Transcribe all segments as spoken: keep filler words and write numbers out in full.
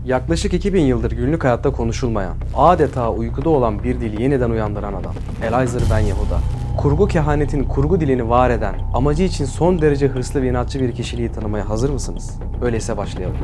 Yaklaşık iki bin yıldır günlük hayatta konuşulmayan, adeta uykuda olan bir dili yeniden uyandıran adam. Eliezer Ben Yehuda. Kurgu kehanetin kurgu dilini var eden, amacı için son derece hırslı ve inatçı bir kişiliği tanımaya hazır mısınız? Öyleyse başlayalım.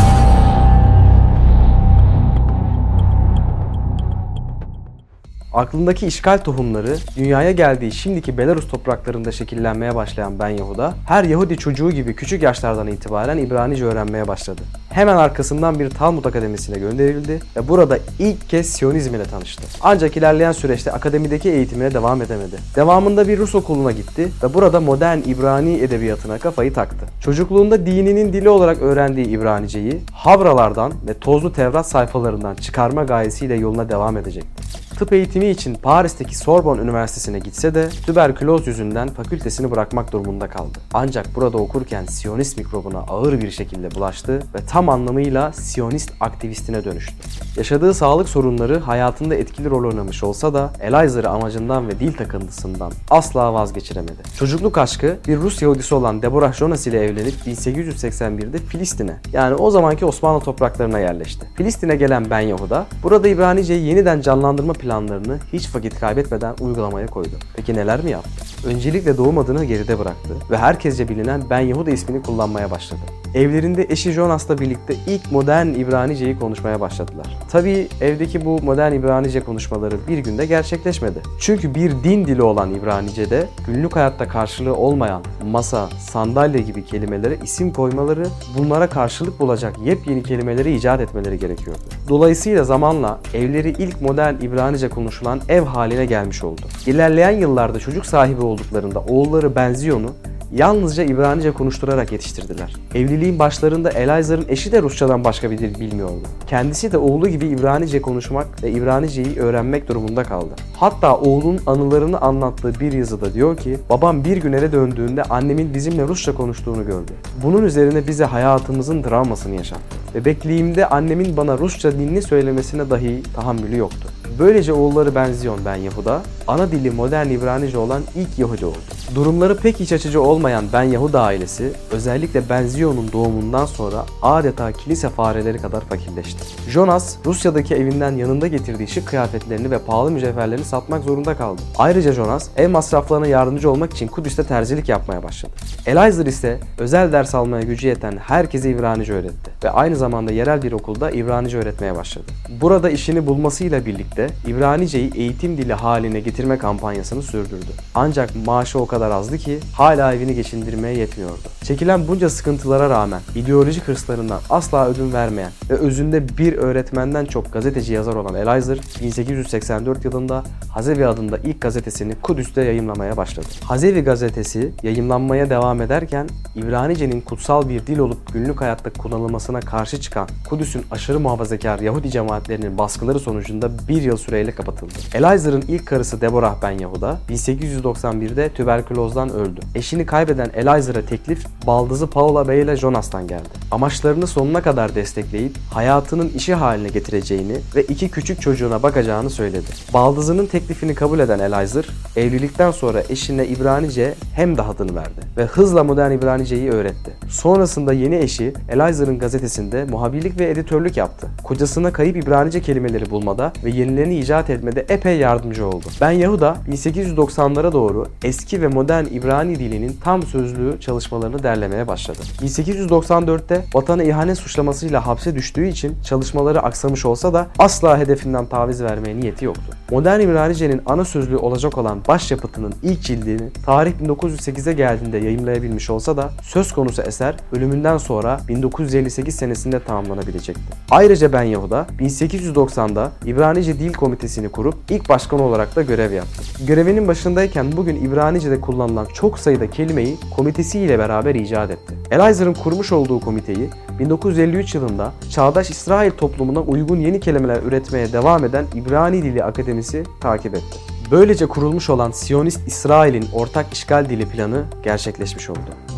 Aklındaki işgal tohumları dünyaya geldiği şimdiki Belarus topraklarında şekillenmeye başlayan Ben Yehuda, her Yahudi çocuğu gibi küçük yaşlardan itibaren İbranice öğrenmeye başladı. Hemen arkasından bir Talmud Akademisi'ne gönderildi ve burada ilk kez Siyonizm ile tanıştı. Ancak ilerleyen süreçte akademideki eğitimine devam edemedi. Devamında bir Rus okuluna gitti ve burada modern İbrani edebiyatına kafayı taktı. Çocukluğunda dininin dili olarak öğrendiği İbraniceyi havralardan ve tozlu Tevrat sayfalarından çıkarma gayesiyle yoluna devam edecekti. Tıp eğitimi için Paris'teki Sorbonne Üniversitesi'ne gitse de tüberküloz yüzünden fakültesini bırakmak durumunda kaldı. Ancak burada okurken Siyonist mikrobuna ağır bir şekilde bulaştı ve tam anlamıyla Siyonist aktivistine dönüştü. Yaşadığı sağlık sorunları hayatında etkili rol oynamış olsa da Eliezer'ı amacından ve dil takıntısından asla vazgeçiremedi. Çocukluk aşkı bir Rus Yahudisi olan Deborah Jonas ile evlenip bin sekiz yüz seksen birde Filistin'e, yani o zamanki Osmanlı topraklarına yerleşti. Filistin'e gelen Ben Yehuda burada İbranice'yi yeniden canlandırma planlarını hiç vakit kaybetmeden uygulamaya koydu. Peki neler mi yaptı? Öncelikle doğum adını geride bıraktı ve herkesce bilinen Ben Yehuda ismini kullanmaya başladı. Evlerinde eşi Jonas'la birlikte ilk modern İbranice'yi konuşmaya başladılar. Tabii evdeki bu modern İbranice konuşmaları bir günde gerçekleşmedi. Çünkü bir din dili olan İbranice'de günlük hayatta karşılığı olmayan masa, sandalye gibi kelimelere isim koymaları, bunlara karşılık bulacak yepyeni kelimeleri icat etmeleri gerekiyordu. Dolayısıyla zamanla evleri ilk modern İbranice konuşulan ev haline gelmiş oldu. İlerleyen yıllarda çocuk sahibi olduklarında oğulları Benzion'u yalnızca İbranice konuşturarak yetiştirdiler. Evliliğin başlarında Eliezer'ın eşi de Rusçadan başka bir dil bilmiyordu. Kendisi de oğlu gibi İbranice konuşmak ve İbranice'yi öğrenmek durumunda kaldı. Hatta oğlunun anılarını anlattığı bir yazıda diyor ki, babam bir gün eve döndüğünde annemin bizimle Rusça konuştuğunu gördü. Bunun üzerine bize hayatımızın travmasını yaşattı. Bebekliğimde annemin bana Rusça dilini söylemesine dahi tahammülü yoktu. Böylece oğulları Benzion Ben Yehuda, ana dili modern İbranice olan ilk Yahudi oldu. Durumları pek iç açıcı olmayan Ben Yehuda ailesi, özellikle Benzion'un doğumundan sonra adeta kilise fareleri kadar fakirleşti. Jonas, Rusya'daki evinden yanında getirdiği şık kıyafetlerini ve pahalı mücevherlerini satmak zorunda kaldı. Ayrıca Jonas, ev masraflarına yardımcı olmak için Kudüs'te terzilik yapmaya başladı. Eliezer ise özel ders almaya gücü yeten herkese İbranice öğretti ve aynı zamanda yerel bir okulda İbranice öğretmeye başladı. Burada işini bulmasıyla birlikte İbranice'yi eğitim dili haline getirme kampanyasını sürdürdü. Ancak maaşı o kadar azdı ki hala evini geçindirmeye yetmiyordu. Çekilen bunca sıkıntılara rağmen ideolojik hırslarından asla ödün vermeyen ve özünde bir öğretmenden çok gazeteci yazar olan Eliezer, bin sekiz yüz seksen dört yılında Hazevi adında ilk gazetesini Kudüs'te yayımlamaya başladı. Hazevi gazetesi yayımlanmaya devam ederken İbranice'nin kutsal bir dil olup günlük hayatta kullanılmasına karşı çıkan Kudüs'ün aşırı muhafazakar Yahudi cemaatlerinin baskıları sonucunda bir yıl süreyle kapatıldı. Eliezer'ın ilk karısı Deborah Ben Yehuda bin sekiz yüz doksan birde tüberkülozdan öldü. Eşini kaybeden Eliezer'a teklif baldızı Paula Bey ile Jonas'tan geldi. Amaçlarını sonuna kadar destekleyip hayatının işi haline getireceğini ve iki küçük çocuğuna bakacağını söyledi. Baldızının teklifini kabul eden Eliezer, evlilikten sonra eşine İbranice hem de adını verdi ve hızla modern İbranice'yi öğretti. Sonrasında yeni eşi Eliezer'ın gazetesinde muhabirlik ve editörlük yaptı. Kocasına kayıp İbranice kelimeleri bulmada ve yenilerini icat etmede epey yardımcı oldu. Ben Yehuda bin sekiz yüz doksanlara doğru eski ve modern İbrani dilinin tam sözlüğü çalışmalarını derlemeye başladı. bin sekiz yüz doksan dörtte vatana ihanet suçlamasıyla hapse düştüğü için çalışmaları aksamış olsa da asla hedefinden taviz vermeye niyeti yoktu. Modern İbranice'nin ana sözlüğü olacak olan başyapıtının ilk cildini tarih bin dokuz yüz sekize geldiğinde yayımlayabilmiş olsa da söz konusu eser ölümünden sonra bin dokuz yüz elli sekiz senesinde tamamlanabilecekti. Ayrıca Ben Yehuda bin sekiz yüz doksanda İbranice Dil Komitesi'ni kurup ilk başkan olarak da görev yaptı. Görevinin başındayken bugün İbranice'de kullanılan çok sayıda kelimeyi komitesiyle beraber icat etti. Eliezer'ın kurmuş olduğu komiteyi bin dokuz yüz elli üç yılında çağdaş İsrail toplumuna uygun yeni kelimeler üretmeye devam eden İbrani Dili Akademisi takip etti. Böylece kurulmuş olan Siyonist İsrail'in ortak işgal dili planı gerçekleşmiş oldu.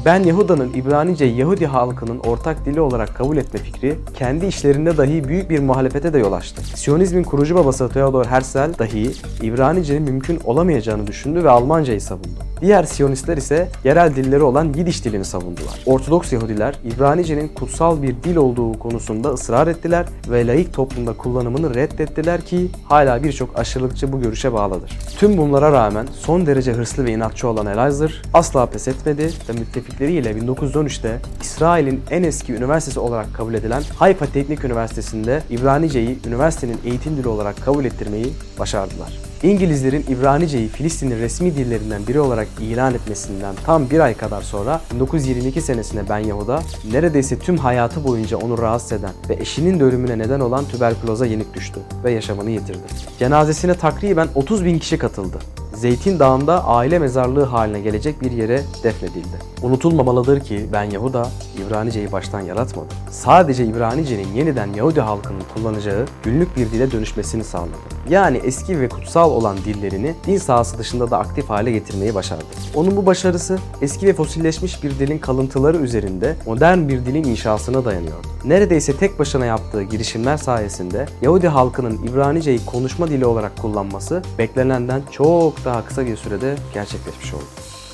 Ben Yahuda'nın İbranice'yi Yahudi halkının ortak dili olarak kabul etme fikri kendi işlerinde dahi büyük bir muhalefete de yol açtı. Siyonizmin kurucu babası Theodor Herzl dahi İbranice'nin mümkün olamayacağını düşündü ve Almancayı savundu. Diğer Siyonistler ise yerel dilleri olan Yidiş dilini savundular. Ortodoks Yahudiler İbranice'nin kutsal bir dil olduğu konusunda ısrar ettiler ve laik toplumda kullanımını reddettiler ki hala birçok aşırılıkçı bu görüşe bağlıdır. Tüm bunlara rağmen son derece hırslı ve inatçı olan Elazığ asla pes etmedi ve müttefikleriyle bin dokuz yüz on üçte İsrail'in en eski üniversitesi olarak kabul edilen Hayfa Teknik Üniversitesi'nde İbranice'yi üniversitenin eğitim dili olarak kabul ettirmeyi başardılar. İngilizlerin İbranice'yi Filistin'in resmi dillerinden biri olarak ilan etmesinden tam bir ay kadar sonra bin dokuz yüz yirmi iki senesinde Ben Yehuda neredeyse tüm hayatı boyunca onu rahatsız eden ve eşinin de ölümüne neden olan tüberküloza yenik düştü ve yaşamını yitirdi. Cenazesine takriben otuz bin kişi katıldı. Zeytin Dağı'nda aile mezarlığı haline gelecek bir yere defnedildi. Unutulmamalıdır ki Ben Yehuda İbranice'yi baştan yaratmadı. Sadece İbranice'nin yeniden Yahudi halkının kullanacağı günlük bir dile dönüşmesini sağladı. Yani eski ve kutsal olan dillerini din sahası dışında da aktif hale getirmeyi başardı. Onun bu başarısı eski ve fosilleşmiş bir dilin kalıntıları üzerinde modern bir dilin inşasına dayanıyordu. Neredeyse tek başına yaptığı girişimler sayesinde Yahudi halkının İbranice'yi konuşma dili olarak kullanması beklenenden çok daha kısa bir sürede gerçekleşmiş oldu.